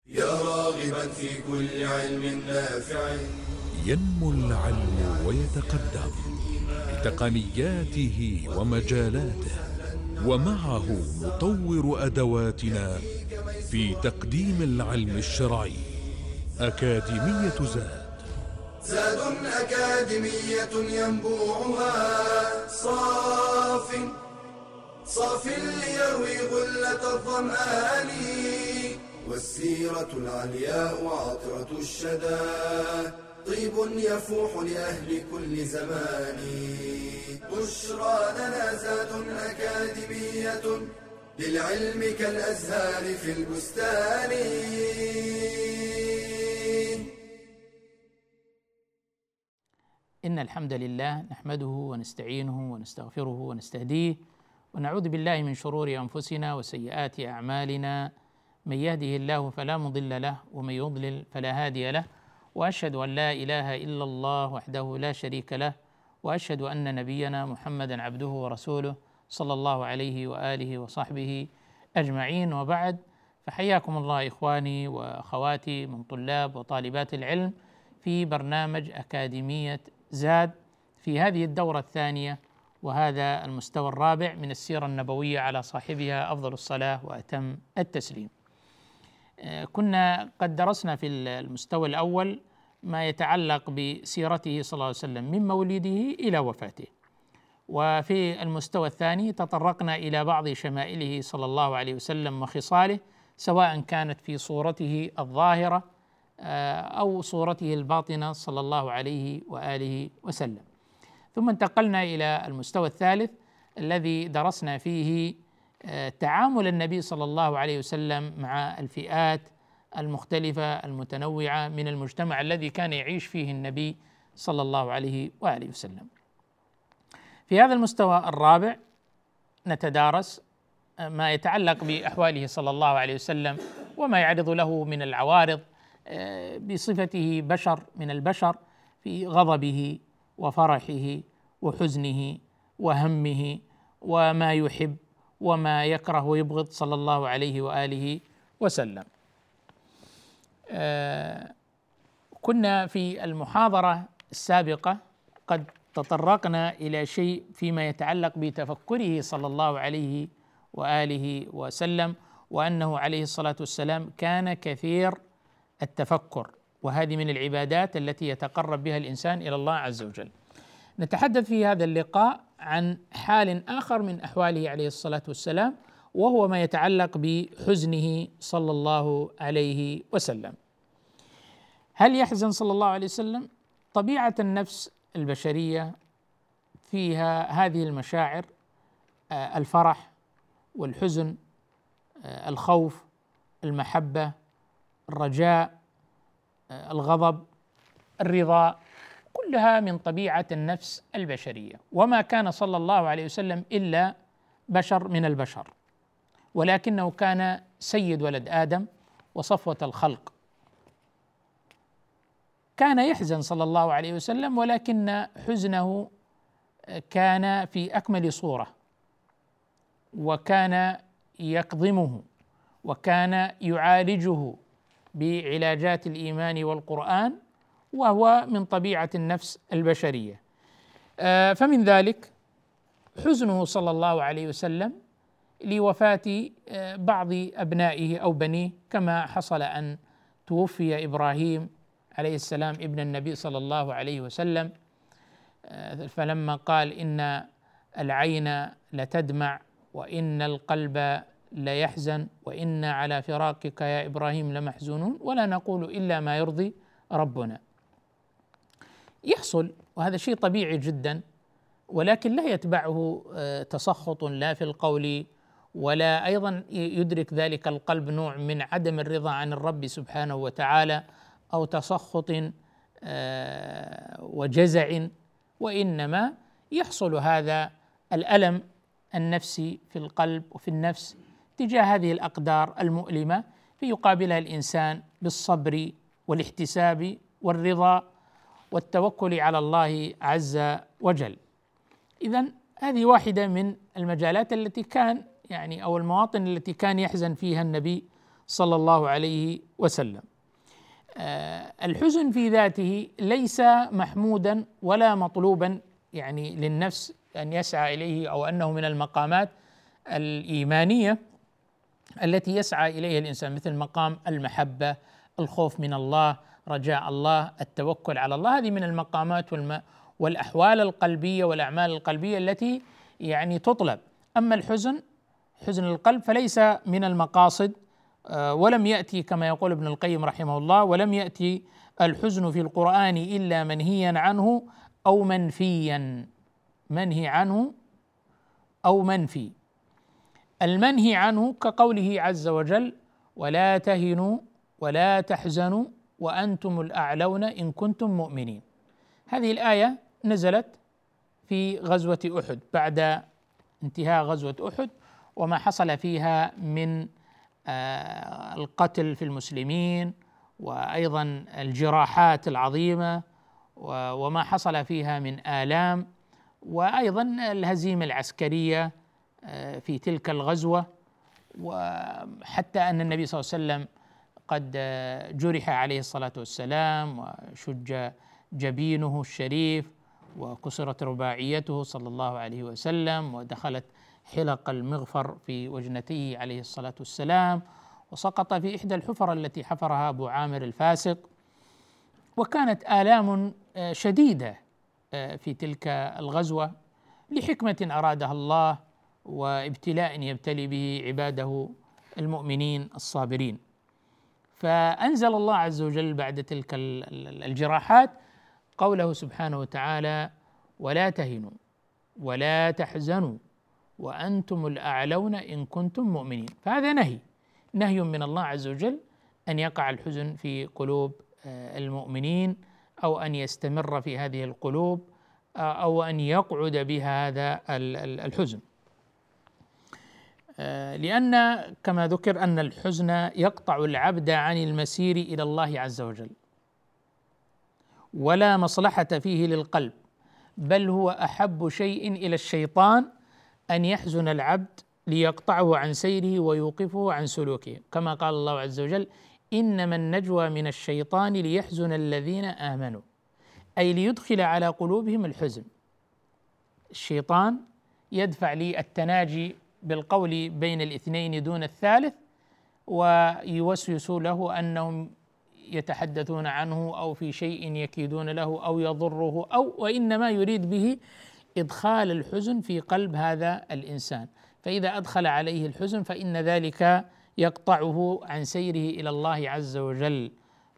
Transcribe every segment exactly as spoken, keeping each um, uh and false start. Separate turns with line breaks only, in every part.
يا راغبا في كل علم نافع.
ينمو العلم ويتقدم بتقنياته ومجالاته، ومعه نطور أدواتنا في تقديم العلم الشرعي. أكاديمية زاد
زاد أكاديمية ينبوعها صاف صاف ليروي غلة الظمآن، والسيرة العلياء عطرة الشدى طيب يفوح لأهل كل زمان. بشرى لنا زاد أكاديمية للعلم كالأزهار في البستان.
إن الحمد لله نحمده ونستعينه ونستغفره ونستهديه، ونعوذ بالله من شرور أنفسنا وسيئات أعمالنا. من يهده الله فلا مضل له، ومن يضلل فلا هادي له، وأشهد أن لا إله إلا الله وحده لا شريك له، وأشهد أن نبينا محمدا عبده ورسوله صلى الله عليه وآله وصحبه أجمعين، وبعد، فحياكم الله إخواني وأخواتي من طلاب وطالبات العلم في برنامج أكاديمية زاد في هذه الدورة الثانية وهذا المستوى الرابع من السيرة النبوية على صاحبها أفضل الصلاة وأتم التسليم. كنا قد درسنا في المستوى الأول ما يتعلق بسيرته صلى الله عليه وسلم من مولده إلى وفاته، وفي المستوى الثاني تطرقنا إلى بعض شمائله صلى الله عليه وسلم وخصاله، سواء كانت في صورته الظاهرة أو صورته الباطنة صلى الله عليه وآله وسلم. ثم انتقلنا إلى المستوى الثالث الذي درسنا فيه تعامل النبي صلى الله عليه وسلم مع الفئات المختلفة المتنوعة من المجتمع الذي كان يعيش فيه النبي صلى الله عليه وآله وسلم. في هذا المستوى الرابع نتدارس ما يتعلق بأحواله صلى الله عليه وسلم وما يعرض له من العوارض بصفته بشر من البشر، في غضبه وفرحه وحزنه وهمه وما يحب وما يكره ويبغض صلى الله عليه وآله وسلم. آه كنا في المحاضرة السابقة قد تطرقنا إلى شيء فيما يتعلق بتفكره صلى الله عليه وآله وسلم، وأنه عليه الصلاة والسلام كان كثير التفكر، وهذه من العبادات التي يتقرب بها الإنسان إلى الله عز وجل. نتحدث في هذا اللقاء عن حال آخر من أحواله عليه الصلاة والسلام، وهو ما يتعلق بحزنه صلى الله عليه وسلم. هل يحزن صلى الله عليه وسلم؟ طبيعة النفس البشرية فيها هذه المشاعر، الفرح والحزن، الخوف، المحبة، الرجاء، الغضب، الرضا، كلها من طبيعة النفس البشرية. وما كان صلى الله عليه وسلم إلا بشر من البشر، ولكنه كان سيد ولد آدم وصفوة الخلق. كان يحزن صلى الله عليه وسلم، ولكن حزنه كان في أكمل صورة، وكان يكظمه، وكان يعالجه بعلاجات الإيمان والقرآن، وهو من طبيعة النفس البشرية. فمن ذلك حزنه صلى الله عليه وسلم لوفاة بعض أبنائه أو بنيه، كما حصل أن توفي إبراهيم عليه السلام ابن النبي صلى الله عليه وسلم، فلما قال إن العين لتدمع وإن القلب ليحزن وإن على فراقك يا إبراهيم لمحزونون ولا نقول إلا ما يرضي ربنا. يحصل، وهذا شيء طبيعي جدا، ولكن لا يتبعه تسخط لا في القول، ولا أيضا يدرك ذلك القلب نوع من عدم الرضا عن الرب سبحانه وتعالى أو تسخط وجزع، وإنما يحصل هذا الألم النفسي في القلب وفي النفس تجاه هذه الأقدار المؤلمة، فيقابلها الإنسان بالصبر والاحتساب والرضا والتوكل على الله عز وجل. إذن هذه واحدة من المجالات التي كان يعني أو المواطن التي كان يحزن فيها النبي صلى الله عليه وسلم. الحزن في ذاته ليس محمودا ولا مطلوبا يعني للنفس أن يسعى إليه، أو أنه من المقامات الإيمانية التي يسعى إليها الإنسان، مثل مقام المحبة، الخوف من الله، رجاء الله، التوكل على الله. هذه من المقامات والأحوال القلبية والأعمال القلبية التي يعني تطلب. أما الحزن، حزن القلب، فليس من المقاصد، ولم يأتي كما يقول ابن القيم رحمه الله، ولم يأتي الحزن في القرآن إلا منهيا عنه أو منفيا، منهي عنه أو منفي. المنهي عنه كقوله عز وجل: ولا تهنوا ولا تحزنوا وأنتم الأعلون إن كنتم مؤمنين. هذه الآية نزلت في غزوة أحد، بعد انتهاء غزوة أحد وما حصل فيها من القتل في المسلمين، وأيضا الجراحات العظيمة، وما حصل فيها من آلام، وأيضا الهزيمة العسكرية في تلك الغزوة، وحتى أن النبي صلى الله عليه وسلم قد جرح عليه الصلاة والسلام، وشج جبينه الشريف، وكسرت رباعيته صلى الله عليه وسلم، ودخلت حلق المغفر في وجنتيه عليه الصلاة والسلام، وسقط في إحدى الحفر التي حفرها أبو عامر الفاسق. وكانت آلام شديدة في تلك الغزوة لحكمة أرادها الله، وابتلاء يبتلي به عباده المؤمنين الصابرين. فأنزل الله عز وجل بعد تلك الجراحات قوله سبحانه وتعالى: ولا تهنوا ولا تحزنوا وأنتم الأعلون إن كنتم مؤمنين. فهذا نهي نهي من الله عز وجل أن يقع الحزن في قلوب المؤمنين، أو أن يستمر في هذه القلوب، أو أن يقعد بها هذا الحزن، لأن كما ذكر أن الحزن يقطع العبد عن المسير إلى الله عز وجل، ولا مصلحة فيه للقلب، بل هو أحب شيء إلى الشيطان أن يحزن العبد ليقطعه عن سيره ويوقفه عن سلوكه، كما قال الله عز وجل: إنما النجوى من الشيطان ليحزن الذين آمنوا، أي ليدخل على قلوبهم الحزن. الشيطان يدفع للتناجي بالقول بين الاثنين دون الثالث، ويوسوس له أنهم يتحدثون عنه أو في شيء يكيدون له أو يضره، أو وإنما يريد به إدخال الحزن في قلب هذا الإنسان. فإذا أدخل عليه الحزن فإن ذلك يقطعه عن سيره إلى الله عز وجل،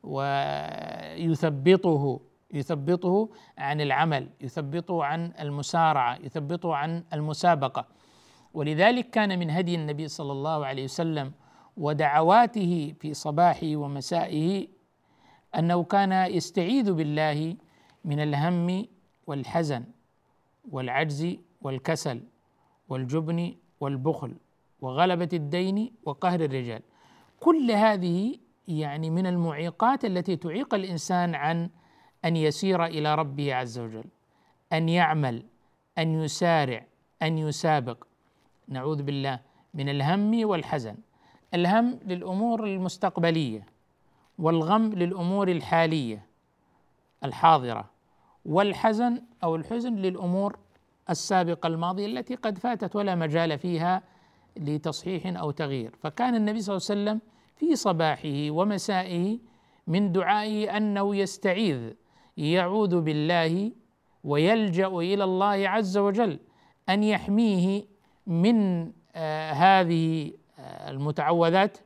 ويثبطه يثبطه عن العمل، يثبطه عن المسارعة، يثبطه عن المسابقة. ولذلك كان من هدي النبي صلى الله عليه وسلم ودعواته في صباحه ومسائه أنه كان يستعيذ بالله من الهم والحزن والعجز والكسل والجبن والبخل وغلبة الدين وقهر الرجال. كل هذه يعني من المعيقات التي تعيق الإنسان عن أن يسير إلى ربه عز وجل، أن يعمل، أن يسارع، أن يسابق. نعوذ بالله من الهم والحزن. الهم للأمور المستقبلية، والغم للأمور الحالية الحاضرة، والحزن أو الحزن للأمور السابقة الماضية التي قد فاتت ولا مجال فيها لتصحيح أو تغيير. فكان النبي صلى الله عليه وسلم في صباحه ومسائه من دعائه أنه يستعيذ، يعوذ بالله ويلجأ إلى الله عز وجل أن يحميه من آه هذه آه المتعوذات،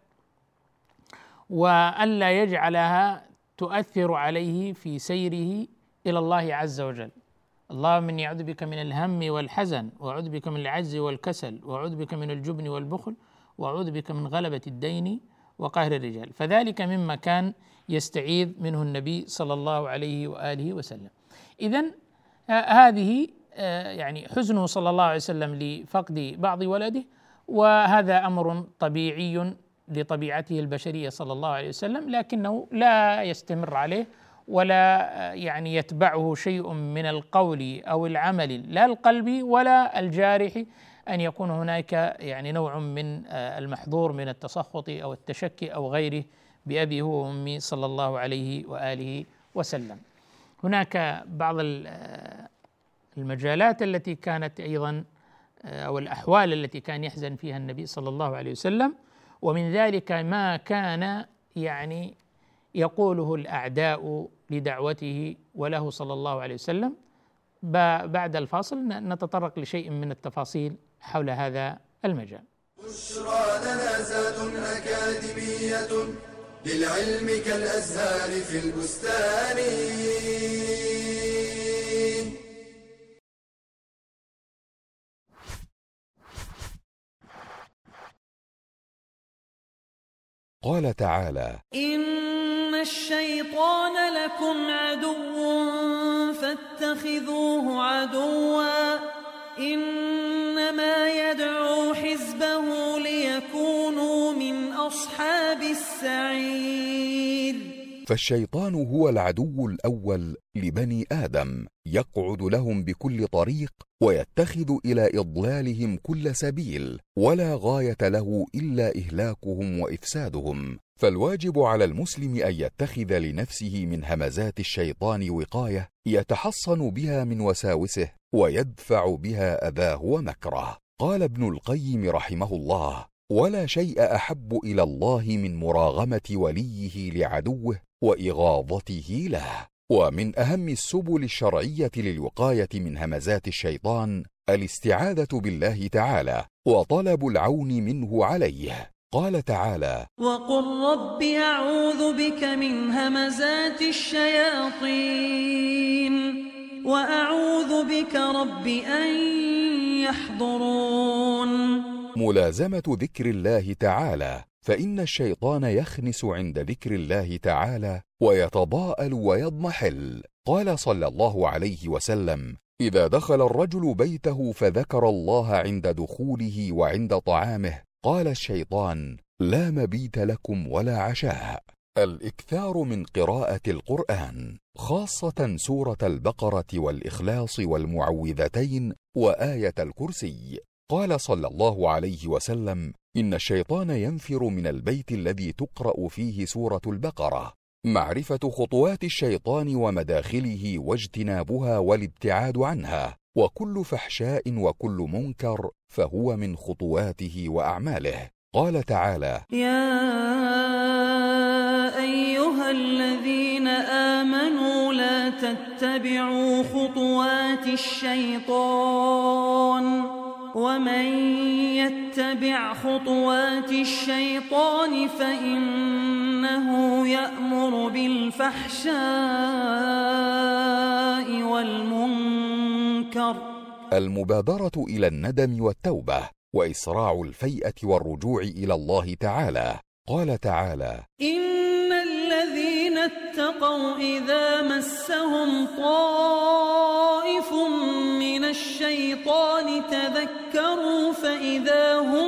وألا يجعلها تؤثر عليه في سيره إلى الله عز وجل. اللهم إني أعوذ بك من الهم والحزن، وأعوذ بك من العجز والكسل، وأعوذ بك من الجبن والبخل، وأعوذ بك من غلبة الدين وقهر الرجال. فذلك مما كان يستعيذ منه النبي صلى الله عليه وآله وسلم. إذن هذه يعني حزنه صلى الله عليه وسلم لفقد بعض ولده، وهذا أمر طبيعي لطبيعته البشرية صلى الله عليه وسلم، لكنه لا يستمر عليه ولا يعني يتبعه شيء من القول أو العمل، لا القلبي ولا الجارح، أن يكون هناك يعني نوع من المحظور من التسخط أو التشكي أو غيره بأبي هو وأمي صلى الله عليه وآله وسلم. هناك بعض المجالات التي كانت أيضا أو الأحوال التي كان يحزن فيها النبي صلى الله عليه وسلم، ومن ذلك ما كان يعني يقوله الأعداء لدعوته وله صلى الله عليه وسلم. بعد الفاصل نتطرق لشيء من التفاصيل حول هذا المجال.
بشرى لنا زاد أكاديمية للعلم كالأزهار في البستان.
قال تعالى:
إن الشيطان لكم عدو فاتخذوه عدوا إنما يدعو حزبه ليكونوا من أصحاب السعير.
فالشيطان هو العدو الأول لبني آدم، يقعد لهم بكل طريق ويتخذ إلى إضلالهم كل سبيل، ولا غاية له إلا إهلاكهم وإفسادهم. فالواجب على المسلم أن يتخذ لنفسه من همزات الشيطان وقاية يتحصن بها من وساوسه ويدفع بها أذاه ومكره. قال ابن القيم رحمه الله: ولا شيء أحب إلى الله من مراغمة وليه لعدوه وإغاظته له. ومن أهم السبل الشرعية للوقاية من همزات الشيطان الاستعاذة بالله تعالى وطلب العون منه عليه. قال تعالى:
وقل رب أعوذ بك من همزات الشياطين وأعوذ بك رب أن يحضرون.
ملازمة ذكر الله تعالى، فإن الشيطان يخنس عند ذكر الله تعالى ويتضاءل ويضمحل. قال صلى الله عليه وسلم: إذا دخل الرجل بيته فذكر الله عند دخوله وعند طعامه قال الشيطان: لا مبيت لكم ولا عشاء. الإكثار من قراءة القرآن، خاصة سورة البقرة والإخلاص والمعوذتين وآية الكرسي. قال صلى الله عليه وسلم: إن الشيطان ينفر من البيت الذي تقرأ فيه سورة البقرة. معرفة خطوات الشيطان ومداخله واجتنابها والابتعاد عنها، وكل فحشاء وكل منكر فهو من خطواته وأعماله. قال تعالى:
يا أيها الذين آمنوا لا تتبعوا خطوات الشيطان ومن يتبع خطوات الشيطان فإنه يأمر بالفحشاء والمنكر.
المبادرة إلى الندم والتوبة وإسراع الفيئة والرجوع إلى الله تعالى. قال تعالى:
إن الذين اتقوا إذا مسهم طائف من الشيطان تذكروا فإذا هم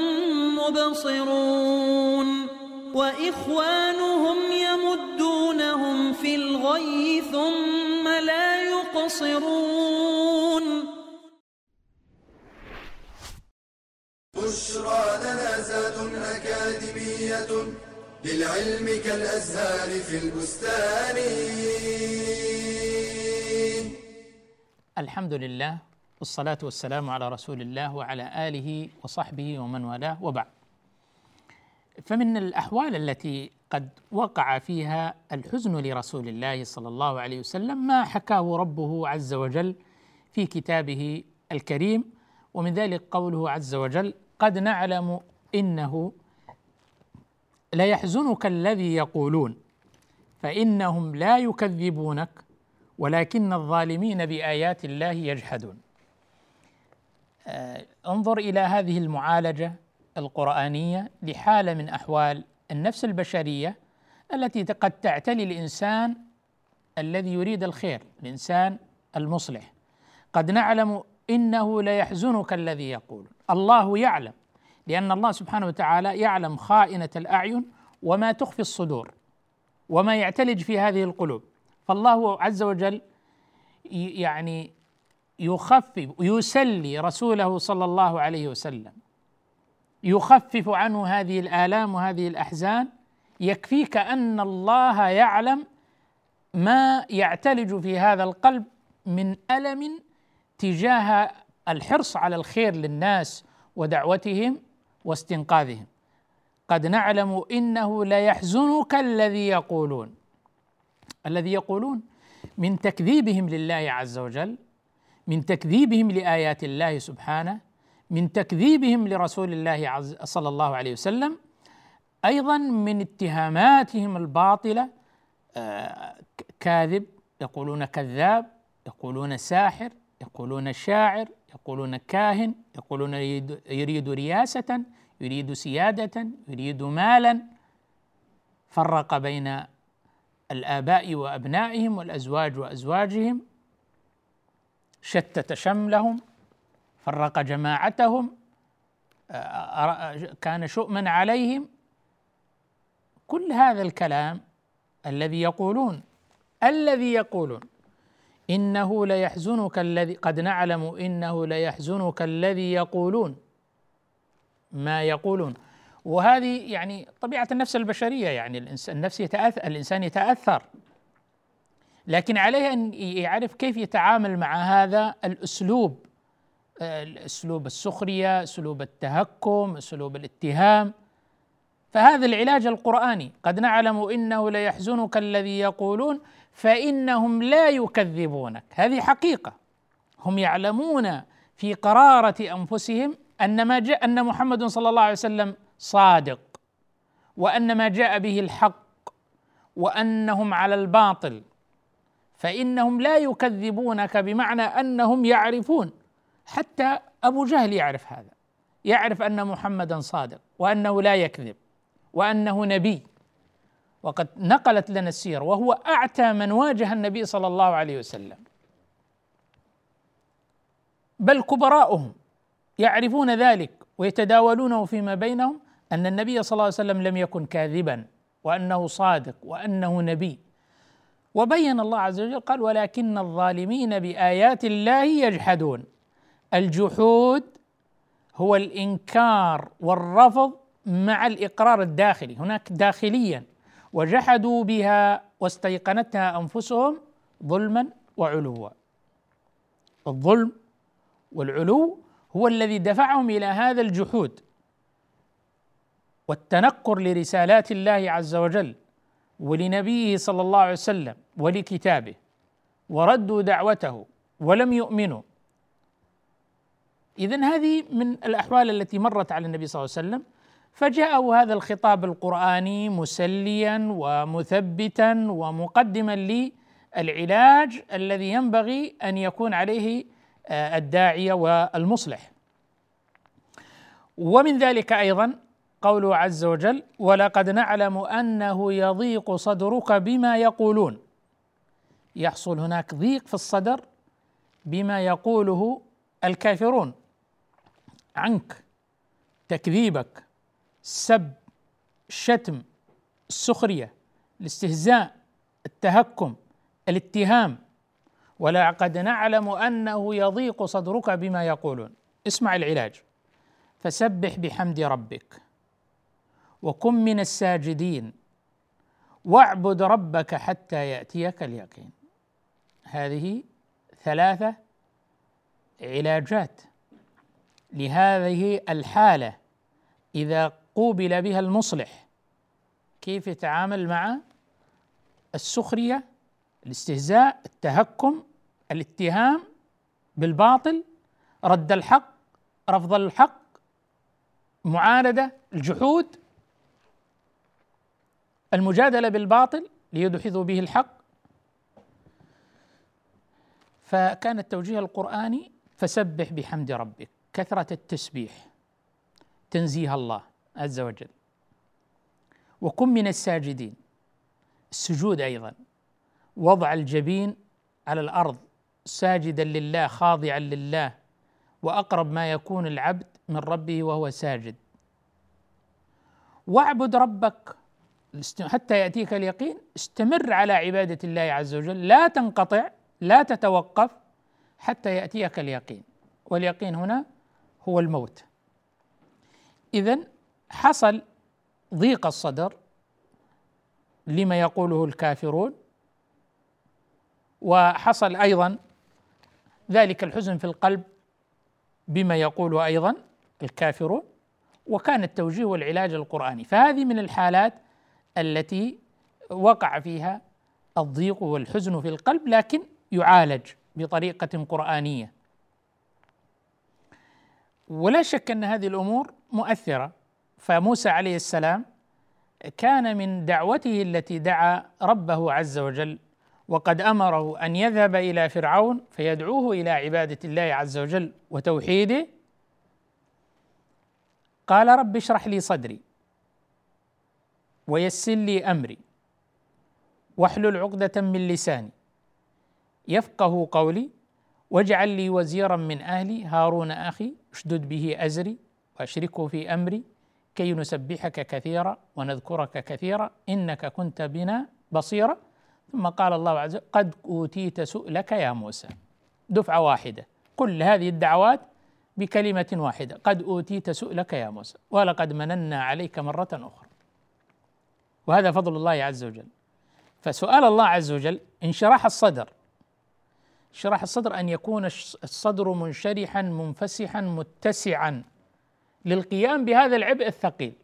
مبصرون وإخوانهم يمدونهم في الغي ثم لا يقصرون.
بشرى لنا زاد أكاديمية للعلم كالأزهار في البستان.
الحمد لله والصلاة والسلام على رسول الله وعلى آله وصحبه ومن والاه، وبعد. فمن الأحوال التي قد وقع فيها الحزن لرسول الله صلى الله عليه وسلم ما حكاه ربه عز وجل في كتابه الكريم، ومن ذلك قوله عز وجل: قد نعلم إنه ليحزنك الذي يقولون فإنهم لا يكذبونك ولكن الظالمين بآيات الله يجحدون. آه انظر إلى هذه المعالجة القرآنية لحالة من أحوال النفس البشرية التي قد تعتلي الإنسان الذي يريد الخير، الإنسان المصلح. قد نعلم إنه ليحزنك الذي يقول. الله يعلم، لأن الله سبحانه وتعالى يعلم خائنة الأعين وما تخفي الصدور وما يعتلج في هذه القلوب. فالله عز وجل يعني يخفف يسلي رسوله صلى الله عليه وسلم، يخفف عنه هذه الآلام وهذه الأحزان، يكفيك أن الله يعلم ما يعتلج في هذا القلب من ألم تجاه الحرص على الخير للناس ودعوتهم واستنقاذهم. قد نعلم إنه ليحزنك الذي يقولون، الذي يقولون من تكذيبهم لله عز وجل، من تكذيبهم لآيات الله سبحانه، من تكذيبهم لرسول الله عز صلى الله عليه وسلم، أيضا من اتهاماتهم الباطلة، آه كاذب، يقولون كذاب، يقولون ساحر، يقولون شاعر، يقولون كاهن، يقولون يريد, يريد رياسة، يريد سيادة، يريد مالا. فرق بين الآباء وأبنائهم والأزواج وأزواجهم، شتت شملهم، فرق جماعتهم، كان شؤما عليهم. كل هذا الكلام الذي يقولون الذي يقولون إنه ليحزنك الذي قد نعلم إنه ليحزنك الذي يقولون ما يقولون. وهذه يعني طبيعة النفس البشرية، يعني الإنسان النفس يتأثر، الإنسان يتأثر، لكن عليه أن يعرف كيف يتعامل مع هذا الأسلوب، أسلوب السخرية، أسلوب التهكم، أسلوب الاتهام. فهذا العلاج القرآني، قد نعلم إنه ليحزنك الذي يقولون فإنهم لا يكذبونك. هذه حقيقة، هم يعلمون في قرارة أنفسهم أن ما جاء أن محمد صلى الله عليه وسلم صادق، وأن ما جاء به الحق، وأنهم على الباطل، فإنهم لا يكذبونك، بمعنى أنهم يعرفون. حتى أبو جهل يعرف هذا، يعرف أن محمدا صادق وأنه لا يكذب وأنه نبي. وقد نقلت لنا السير وهو أعتى من واجه النبي صلى الله عليه وسلم، بل كبراؤهم يعرفون ذلك ويتداولونه فيما بينهم أن النبي صلى الله عليه وسلم لم يكن كاذبا، وأنه صادق، وأنه نبي. وبين الله عز وجل قال: ولكن الظالمين بآيات الله يجحدون. الجحود هو الإنكار والرفض مع الإقرار الداخلي، هناك داخليا: وجحدوا بها واستيقنتها أنفسهم ظلما وعلوا. الظلم والعلو هو الذي دفعهم إلى هذا الجحود والتنكر لرسالات الله عز وجل ولنبيه صلى الله عليه وسلم ولكتابه، وردوا دعوته ولم يؤمنوا. إذن هذه من الأحوال التي مرت على النبي صلى الله عليه وسلم، فجاءه هذا الخطاب القرآني مسليا ومثبتا ومقدما للعلاج الذي ينبغي أن يكون عليه الداعية والمصلح. ومن ذلك أيضا قوله عز وجل: ولقد نعلم أنه يضيق صدرك بما يقولون. يحصل هناك ضيق في الصدر بما يقوله الكافرون عنك، تكذيبك، السب، الشتم، السخرية، الاستهزاء، التهكم، الاتهام. ولقد نعلم أنه يضيق صدرك بما يقولون. اسمع العلاج: فسبح بحمد ربك، وكن من الساجدين، واعبد ربك حتى يأتيك اليقين. هذه ثلاثة علاجات لهذه الحالة إذا قوبل بها المصلح، كيف يتعامل مع السخرية، الاستهزاء، التهكم، الاتهام بالباطل، رد الحق، رفض الحق، معاندة، الجحود، المجادلة بالباطل ليدحضوا به الحق. فكان التوجيه القرآني: فسبح بحمد ربك، كثرة التسبيح، تنزيه الله عز وجل. وكن من الساجدين، السجود أيضا، وضع الجبين على الأرض ساجدا لله، خاضعا لله، وأقرب ما يكون العبد من ربه وهو ساجد. واعبد ربك حتى يأتيك اليقين، استمر على عبادة الله عز وجل، لا تنقطع، لا تتوقف، حتى يأتيك اليقين، واليقين هنا هو الموت. إذن حصل ضيق الصدر لما يقوله الكافرون، وحصل أيضا ذلك الحزن في القلب بما يقوله أيضا الكافرون، وكان التوجيه والعلاج القرآني. فهذه من الحالات التي وقع فيها الضيق والحزن في القلب، لكن يعالج بطريقة قرآنية. ولا شك أن هذه الأمور مؤثرة. فموسى عليه السلام كان من دعوته التي دعا ربه عز وجل، وقد أمره أن يذهب إلى فرعون فيدعوه إلى عبادة الله عز وجل وتوحيده. قال رب اشرح لي صدري ويسر لي أمري واحلل عقدة من لساني يفقه قولي واجعل لي وزيرا من أهلي هارون أخي اشدد به أزري وأشركه في أمري كي نسبحك كثيرا ونذكرك كثيرا إنك كنت بنا بصيرا. ثم قال الله عز وجل قد أوتيت سؤلك يا موسى، دفعة واحدة، كل هذه الدعوات بكلمة واحدة، قد أوتيت سؤلك يا موسى ولقد مننا عليك مرة أخرى. وهذا فضل الله عز وجل. فسؤال الله عز وجل انشراح الصدر. انشراح الصدر أن يكون الصدر منشرحا منفسحا متسعا للقيام بهذا العبء الثقيل.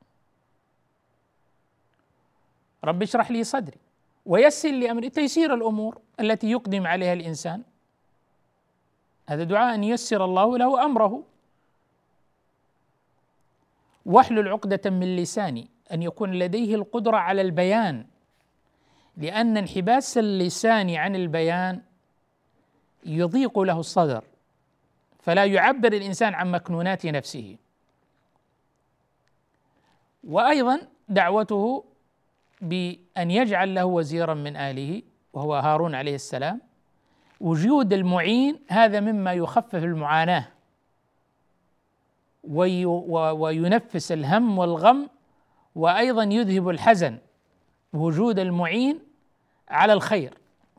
رب اشرح لي صدري ويسر لي أمري، تيسير الأمور التي يقدم عليها الإنسان، هذا دعاء أن ييسر الله له أمره. واحلل عقدة من لساني، أن يكون لديه القدرة على البيان، لأن انحباس اللسان عن البيان يضيق له الصدر، فلا يعبر الإنسان عن مكنونات نفسه. وأيضا دعوته بأن يجعل له وزيرا من أهله وهو هارون عليه السلام. وجود المعين هذا مما يخفف المعاناة وي وينفس الهم والغم، وأيضا يذهب الحزن، وجود المعين على الخير.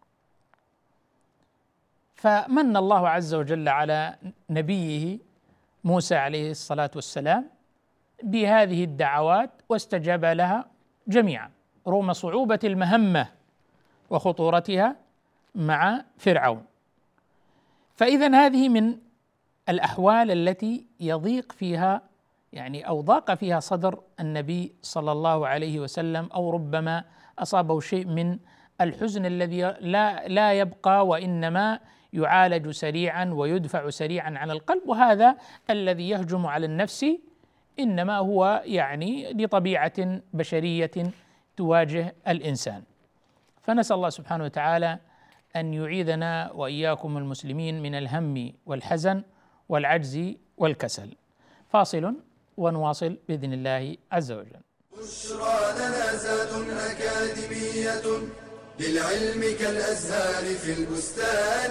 فمن الله عز وجل على نبيه موسى عليه الصلاة والسلام بهذه الدعوات واستجاب لها جميعا رغم صعوبة المهمة وخطورتها مع فرعون. فإذا هذه من الأحوال التي يضيق فيها يعني أو ضاق فيها صدر النبي صلى الله عليه وسلم، أو ربما أصابه شيء من الحزن الذي لا لا يبقى وإنما يعالج سريعا ويدفع سريعا عن القلب. وهذا الذي يهجم على النفس إنما هو يعني لطبيعة بشرية تواجه الإنسان. فنسأل الله سبحانه وتعالى أن يعيذنا وإياكم المسلمين من الهم والحزن والعجز والكسل. فاصل ونواصل بإذن الله عز وجل.
بشرى لنا زاد أكاديمية للعلم كالأزهار في البستان.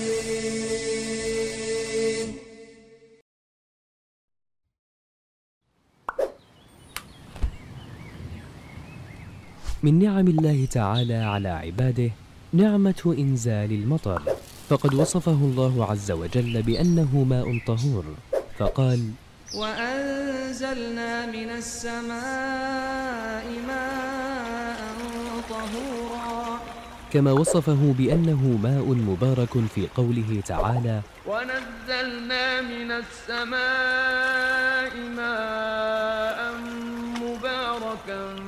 من نعم الله تعالى على عباده نعمة إنزال المطر، فقد وصفه الله عز وجل بأنه ماء طهور، فقال:
وأنزلنا من السماء ماء طهورا،
كما وصفه بأنه ماء مبارك في قوله تعالى:
ونزلنا من السماء ماء مباركا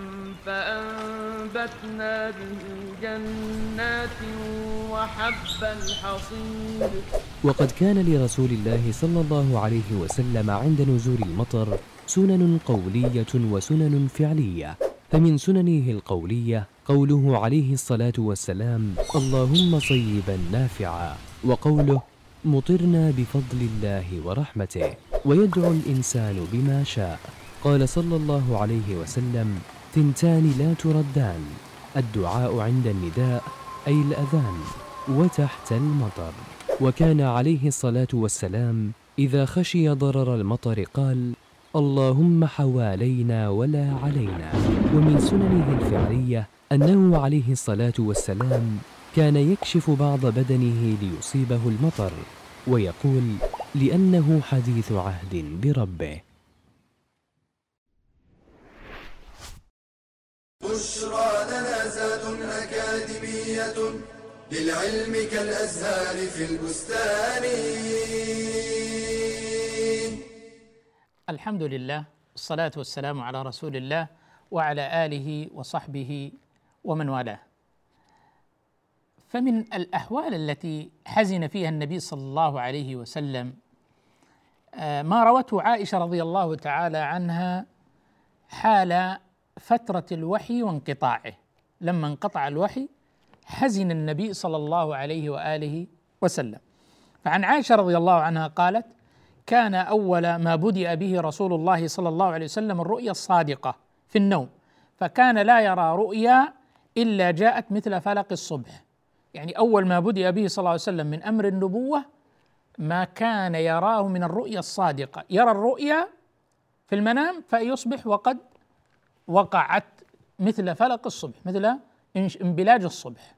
فأنبتنا به جنات وحب الحصيد.
وقد كان لرسول الله صلى الله عليه وسلم عند نزول المطر سنن قولية وسنن فعلية. فمن سننه القولية قوله عليه الصلاة والسلام: اللهم صيبا نافعا، وقوله: مطرنا بفضل الله ورحمته، ويدعو الإنسان بما شاء. قال صلى الله عليه وسلم: ثنتان لا تردان، الدعاء عند النداء أي الأذان، وتحت المطر. وكان عليه الصلاة والسلام إذا خشي ضرر المطر قال: اللهم حوالينا ولا علينا. ومن سننه الفعلية أنه عليه الصلاة والسلام كان يكشف بعض بدنه ليصيبه المطر، ويقول: لأنه حديث عهد بربه.
بشرى لنا زاد أكاديمية للعلم كالأزهار في البستان.
الحمد لله، والصلاة والسلام على رسول الله وعلى آله وصحبه ومن والاه. فمن الأحوال التي حزن فيها النبي صلى الله عليه وسلم ما روته عائشة رضي الله تعالى عنها حال فترة الوحي وانقطاعه. لما انقطع الوحي حزن النبي صلى الله عليه وآله وسلم. فعن عائشة رضي الله عنها قالت: كان أول ما بدأ به رسول الله صلى الله عليه وسلم الرؤيا الصادقة في النوم، فكان لا يرى رؤيا إلا جاءت مثل فلق الصبح. يعني أول ما بدأ به صلى الله عليه وسلم من أمر النبوة ما كان يراه من الرؤيا الصادقة، يرى الرؤيا في المنام فيصبح وقد وقعت مثل فلق الصبح، مثل انبلاج الصبح.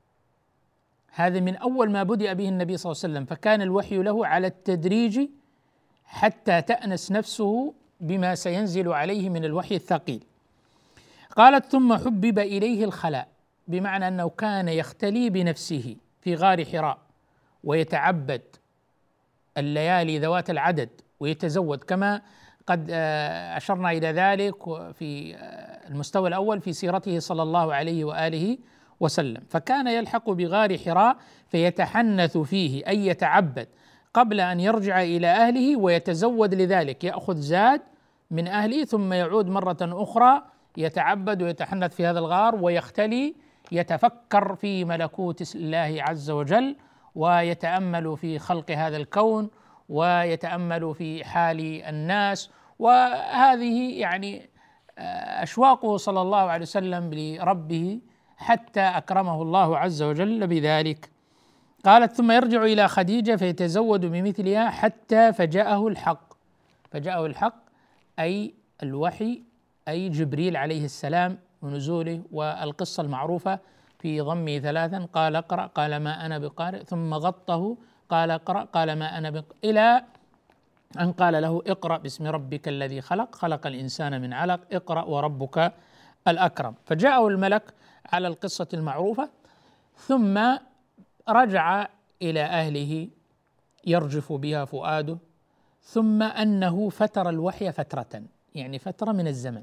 هذا من أول ما بدأ به النبي صلى الله عليه وسلم، فكان الوحي له على التدريج حتى تأنس نفسه بما سينزل عليه من الوحي الثقيل. قالت: ثم حبب إليه الخلاء، بمعنى أنه كان يختلي بنفسه في غار حراء ويتعبد الليالي ذوات العدد ويتزود، كما قد أشرنا إلى ذلك في المستوى الأول في سيرته صلى الله عليه وآله وسلم. فكان يلحق بغار حراء فيتحنث فيه، أي يتعبد قبل أن يرجع إلى أهله، ويتزود لذلك، يأخذ زاد من أهله ثم يعود مرة أخرى يتعبد ويتحنث في هذا الغار ويختلي، يتفكر في ملكوت الله عز وجل ويتأمل في خلق هذا الكون ويتأمل في حال الناس. وهذه يعني أشواقه صلى الله عليه وسلم لربه حتى أكرمه الله عز وجل بذلك. قالت: ثم يرجع إلى خديجة فيتزود بمثلها حتى فجاءه الحق. فجاءه الحق أي الوحي، أي جبريل عليه السلام ونزوله، والقصة المعروفة في ضمه ثلاثا: قال اقرأ، قال ما أنا بقارئ، ثم غطه قال اقرأ، قال ما أنا بقارئ، إلى أن قال له: اقرأ باسم ربك الذي خلق، خلق الإنسان من علق، اقرأ وربك الأكرم. فجاءه الملك على القصة المعروفة، ثم رجع إلى أهله يرجف بها فؤاده، ثم أنه فتر الوحي فترة، يعني فترة من الزمن،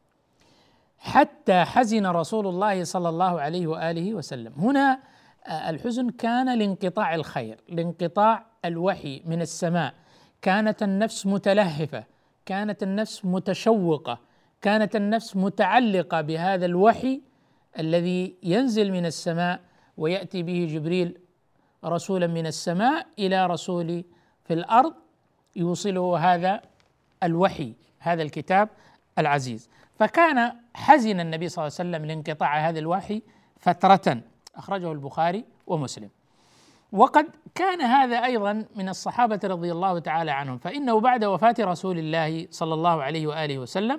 حتى حزن رسول الله صلى الله عليه وآله وسلم. هنا الحزن كان لانقطاع الخير، لانقطاع الوحي من السماء. كانت النفس متلهفة، كانت النفس متشوقة، كانت النفس متعلقة بهذا الوحي الذي ينزل من السماء ويأتي به جبريل رسولا من السماء إلى رسول في الأرض يوصله هذا الوحي، هذا الكتاب العزيز. فكان حزن النبي صلى الله عليه وسلم لانقطاع هذا الوحي فترة، أخرجه البخاري ومسلم. وقد كان هذا أيضا من الصحابة رضي الله تعالى عنهم، فإنه بعد وفاة رسول الله صلى الله عليه وآله وسلم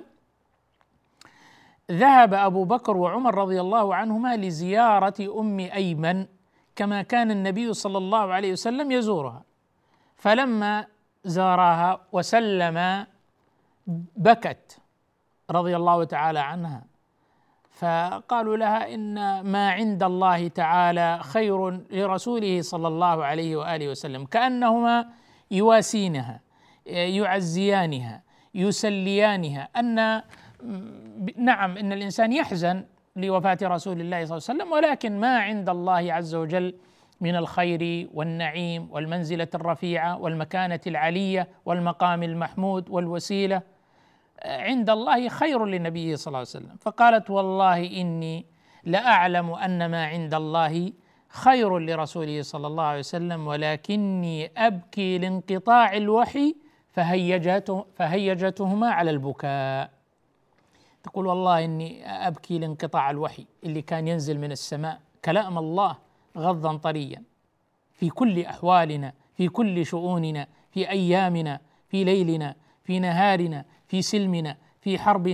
ذهب أبو بكر وعمر رضي الله عنهما لزيارة أم أيمن، كما كان النبي صلى الله عليه وسلم يزورها. فلما زارها وسلم بكت رضي الله تعالى عنها، فقالوا لها: إن ما عند الله تعالى خير لرسوله صلى الله عليه وآله وسلم، كأنهما يواسينها يعزيانها يسليانها، أن نعم إن الإنسان يحزن لوفاة رسول الله صلى الله عليه وسلم، ولكن ما عند الله عز وجل من الخير والنعيم والمنزلة الرفيعة والمكانة العلية والمقام المحمود والوسيلة عند الله خير للنبي صلى الله عليه وسلم. فقالت: والله إني لأعلم أن ما عند الله خير لرسوله صلى الله عليه وسلم، ولكني أبكي لانقطاع الوحي فهيجته فهيجتهما على البكاء. تقول: والله إني أبكي لانقطاع الوحي اللي كان ينزل من السماء، كلام الله غضا طريا في كل أحوالنا، في كل شؤوننا، في أيامنا، في ليلنا، في نهارنا، في سلمنا، في حربنا،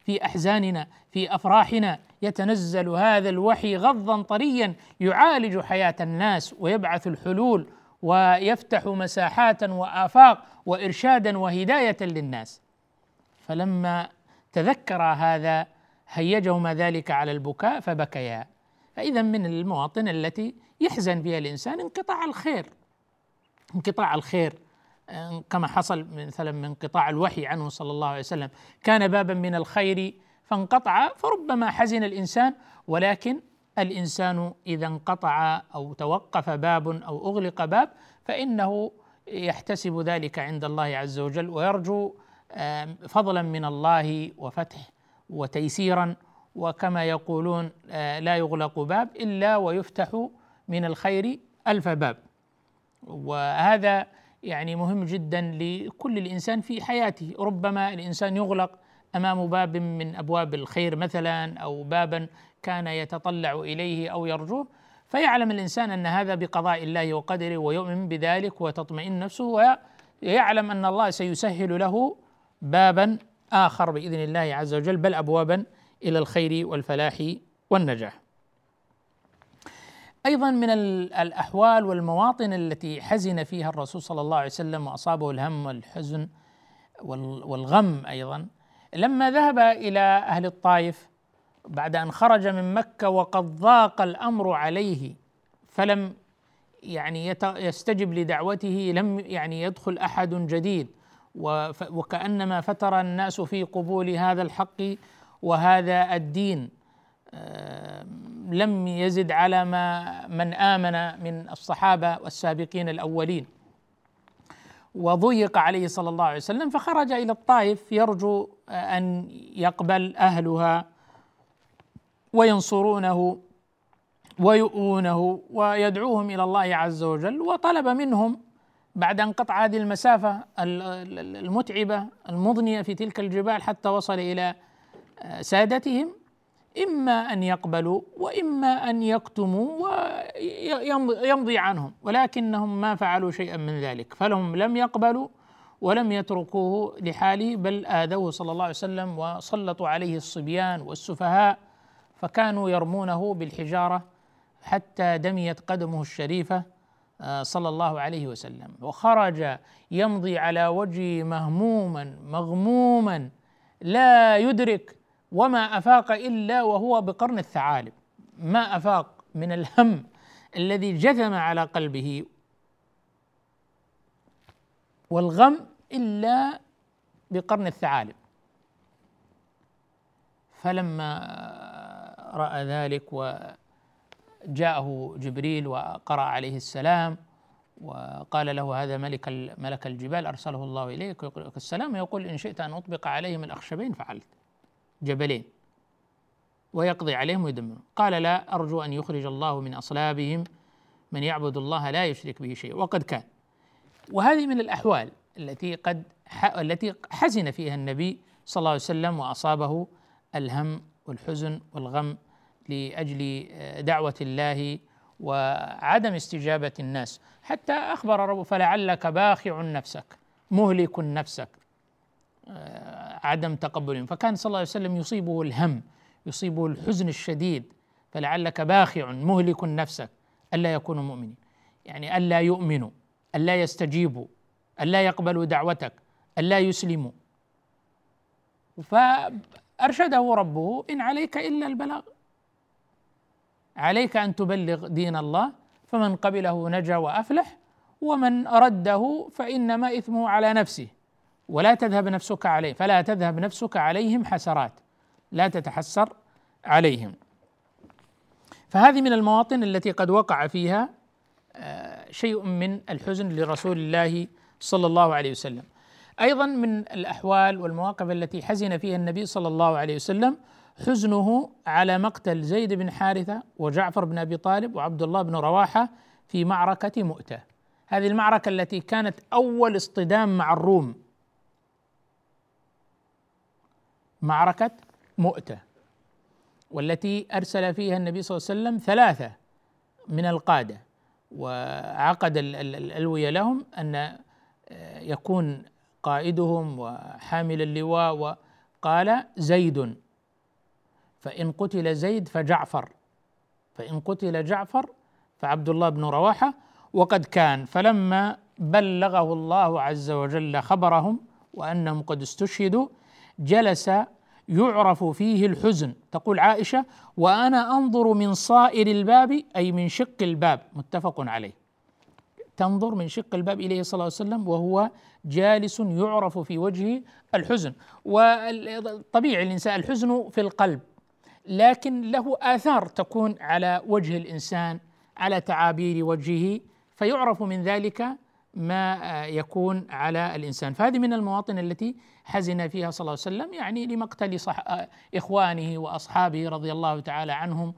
في أحزاننا، في أفراحنا، يتنزل هذا الوحي غضا طريا يعالج حياة الناس ويبعث الحلول ويفتح مساحات وآفاق وإرشادا وهداية للناس. فلما تذكر هذا هيجهما ذلك على البكاء فبكيا. فإذا من المواطن التي يحزن فيها الإنسان انقطاع الخير، انقطاع الخير كما حصل مثلا من انقطاع الوحي عنه صلى الله عليه وسلم، كان بابا من الخير فانقطع، فربما حزن الإنسان. ولكن الإنسان إذا انقطع أو توقف باب أو أغلق باب فإنه يحتسب ذلك عند الله عز وجل ويرجو فضلا من الله وفتح وتيسيرا. وكما يقولون لا يغلق باب إلا ويفتح من الخير ألف باب. وهذا يعني مهم جدا لكل الإنسان في حياته. ربما الإنسان يغلق أمام باب من أبواب الخير مثلا، أو بابا كان يتطلع إليه أو يرجوه، فيعلم الإنسان أن هذا بقضاء الله وقدره ويؤمن بذلك وتطمئن نفسه، ويعلم أن الله سيسهل له بابا آخر بإذن الله عز وجل، بل أبوابا إلى الخير والفلاح والنجاح. أيضا من الأحوال والمواطن التي حزن فيها الرسول صلى الله عليه وسلم وأصابه الهم والحزن والغم أيضا لما ذهب إلى أهل الطائف بعد أن خرج من مكة وقد ضاق الأمر عليه، فلم يعني يستجب لدعوته، لم يعني يدخل أحد جديد، وكأنما فتر الناس في قبول هذا الحق وهذا الدين، لم يزد على ما من آمن من الصحابة والسابقين الأولين، وضيق عليه صلى الله عليه وسلم، فخرج إلى الطائف يرجو أن يقبل أهلها وينصرونه ويؤونه ويدعوهم إلى الله عز وجل. وطلب منهم بعد أن قطع هذه المسافة المتعبة المضنية في تلك الجبال حتى وصل إلى سادتهم إما أن يقبلوا وإما أن يكتموا ويمضي عنهم، ولكنهم ما فعلوا شيئا من ذلك، فلهم لم يقبلوا ولم يتركوه لحاله، بل آذوه صلى الله عليه وسلم وسلطوا عليه الصبيان والسفهاء، فكانوا يرمونه بالحجارة حتى دميت قدمه الشريفة صلى الله عليه وسلم. وخرج يمضي على وجهه مهموما مغموما لا يدرك، وما أفاق إلا وهو بقرن الثعالب، ما أفاق من الهم الذي جثم على قلبه والغم إلا بقرن الثعالب. فلما رأى ذلك وجاءه جبريل وقرأ عليه السلام وقال له هذا ملك ملك الجبال أرسله الله إليك يقول السلام، يقول إن شئت أن أطبق عليهم الأخشبين فعلت، جبلين، ويقضي عليهم ويدمرهم. قال لا، أرجو أن يخرج الله من أصلابهم من يعبد الله لا يشرك به شيئا، وقد كان. وهذه من الأحوال التي قد التي حزن فيها النبي صلى الله عليه وسلم وأصابه الهم والحزن والغم لأجل دعوة الله وعدم استجابة الناس، حتى أخبر ربه فلعلك باخع نفسك مهلك نفسك، عدم تقبلهم. فكان صلى الله عليه وسلم يصيبه الهم، يصيبه الحزن الشديد، فلعلك باخع مهلك نفسك ألا يكونوا مؤمنين، يعني ألا يؤمنوا، ألا يستجيبوا، ألا يقبلوا دعوتك، ألا يسلموا. فأرشده ربه إن عليك إلا البلاغ، عليك أن تبلغ دين الله، فمن قبله نجا وأفلح، ومن رده فإنما إثمه على نفسه، ولا تذهب نفسك عليه، فلا تذهب نفسك عليهم حسرات، لا تتحسر عليهم. فهذه من المواطن التي قد وقع فيها شيء من الحزن لرسول الله صلى الله عليه وسلم. أيضا من الأحوال والمواقف التي حزن فيها النبي صلى الله عليه وسلم حزنه على مقتل زيد بن حارثة وجعفر بن أبي طالب وعبد الله بن رواحة في معركة مؤتة. هذه المعركة التي كانت أول اصطدام مع الروم، معركة مؤتة، والتي أرسل فيها النبي صلى الله عليه وسلم ثلاثة من القادة، وعقد الألوية لهم أن يكون قائدهم وحامل اللواء قال زيد، فإن قتل زيد فجعفر، فإن قتل جعفر فعبد الله بن رواحة. وقد كان فلما بلغه الله عز وجل خبرهم وأنهم قد استشهدوا جلس يعرف فيه الحزن. تقول عائشة: وأنا أنظر من صائر الباب، أي من شق الباب، متفق عليه، تنظر من شق الباب إليه صلى الله عليه وسلم وهو جالس يعرف في وجهه الحزن. وطبيعي الإنسان الحزن في القلب، لكن له آثار تكون على وجه الإنسان، على تعابير وجهه، فيعرف من ذلك ما يكون على الإنسان. فهذه من المواطن التي حزن فيها صلى الله عليه وسلم، يعني لمقتل صح إخوانه وأصحابه رضي الله تعالى عنهم.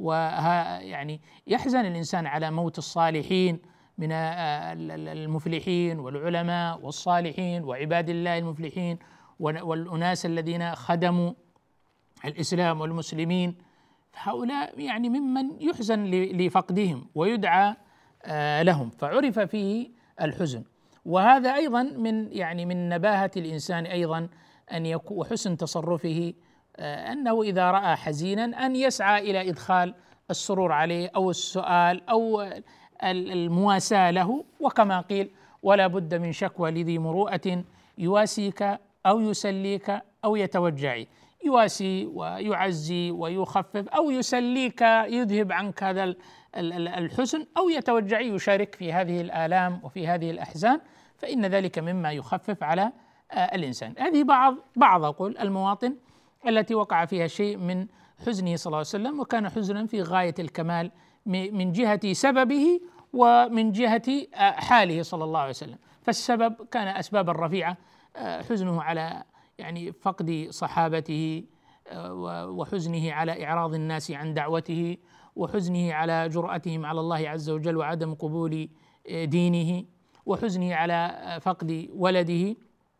ويعني يحزن الإنسان على موت الصالحين من المفلحين والعلماء والصالحين وعباد الله المفلحين والأناس الذين خدموا الإسلام والمسلمين. هؤلاء يعني ممن يحزن لفقدهم ويدعى لهم، فعرف فيه الحزن. وهذا أيضا من يعني من نباهة الإنسان أيضا أن يكون وحسن تصرفه، أنه إذا رأى حزينا أن يسعى إلى إدخال السرور عليه أو السؤال أو المواساة له. وكما قيل: ولا بد من شكوى لذي مروءة يواسيك أو يسليك أو يتوجعي. يواسي ويعزي ويخفف، أو يسليك يذهب عنك هذا الحزن، أو يتوجعي يشارك في هذه الآلام وفي هذه الأحزان، فإن ذلك مما يخفف على الإنسان. هذه بعض بعض أقول المواطن التي وقع فيها شيء من حزنه صلى الله عليه وسلم، وكان حزنا في غاية الكمال من جهة سببه ومن جهة حاله صلى الله عليه وسلم. فالسبب كان أسبابا رفيعة، حزنه على يعني فقد صحابته، وحزنه على إعراض الناس عن دعوته، وحزنه على جرأتهم على الله عز وجل وعدم قبول دينه، وحزنه على فقد ولده.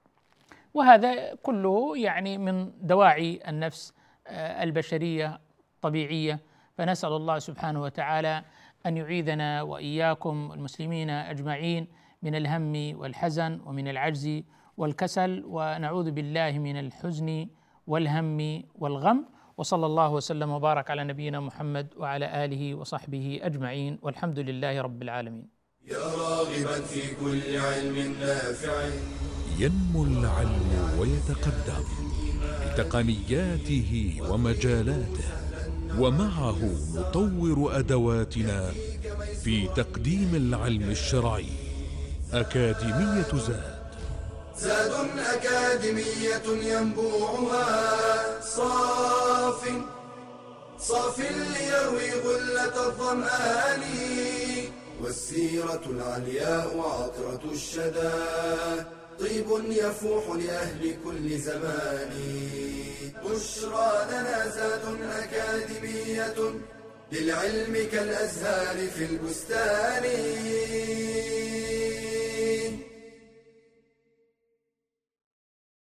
وهذا كله يعني من دواعي النفس البشرية الطبيعية. فنسأل الله سبحانه وتعالى أن يعيذنا وإياكم المسلمين أجمعين من الهم والحزن ومن العجز والكسل، ونعوذ بالله من الحزن والهم والغم. وصلى الله وسلم وبارك على نبينا محمد وعلى آله وصحبه أجمعين، والحمد لله رب العالمين.
يا راغبا في كل علم نافع،
ينمو العلم ويتقدم بتقنياته ومجالاته، ومعه نطور أدواتنا في تقديم العلم الشرعي. أكاديمية زاد،
زاد أكاديمية ينبوعها صاف صاف ليروي غلة الظمآن، والسيرة العلياء عطرة الشدى طيب يفوح لأهل كل زمان. بشرى لنا زاد أكاديمية للعلم كالأزهار في البستان.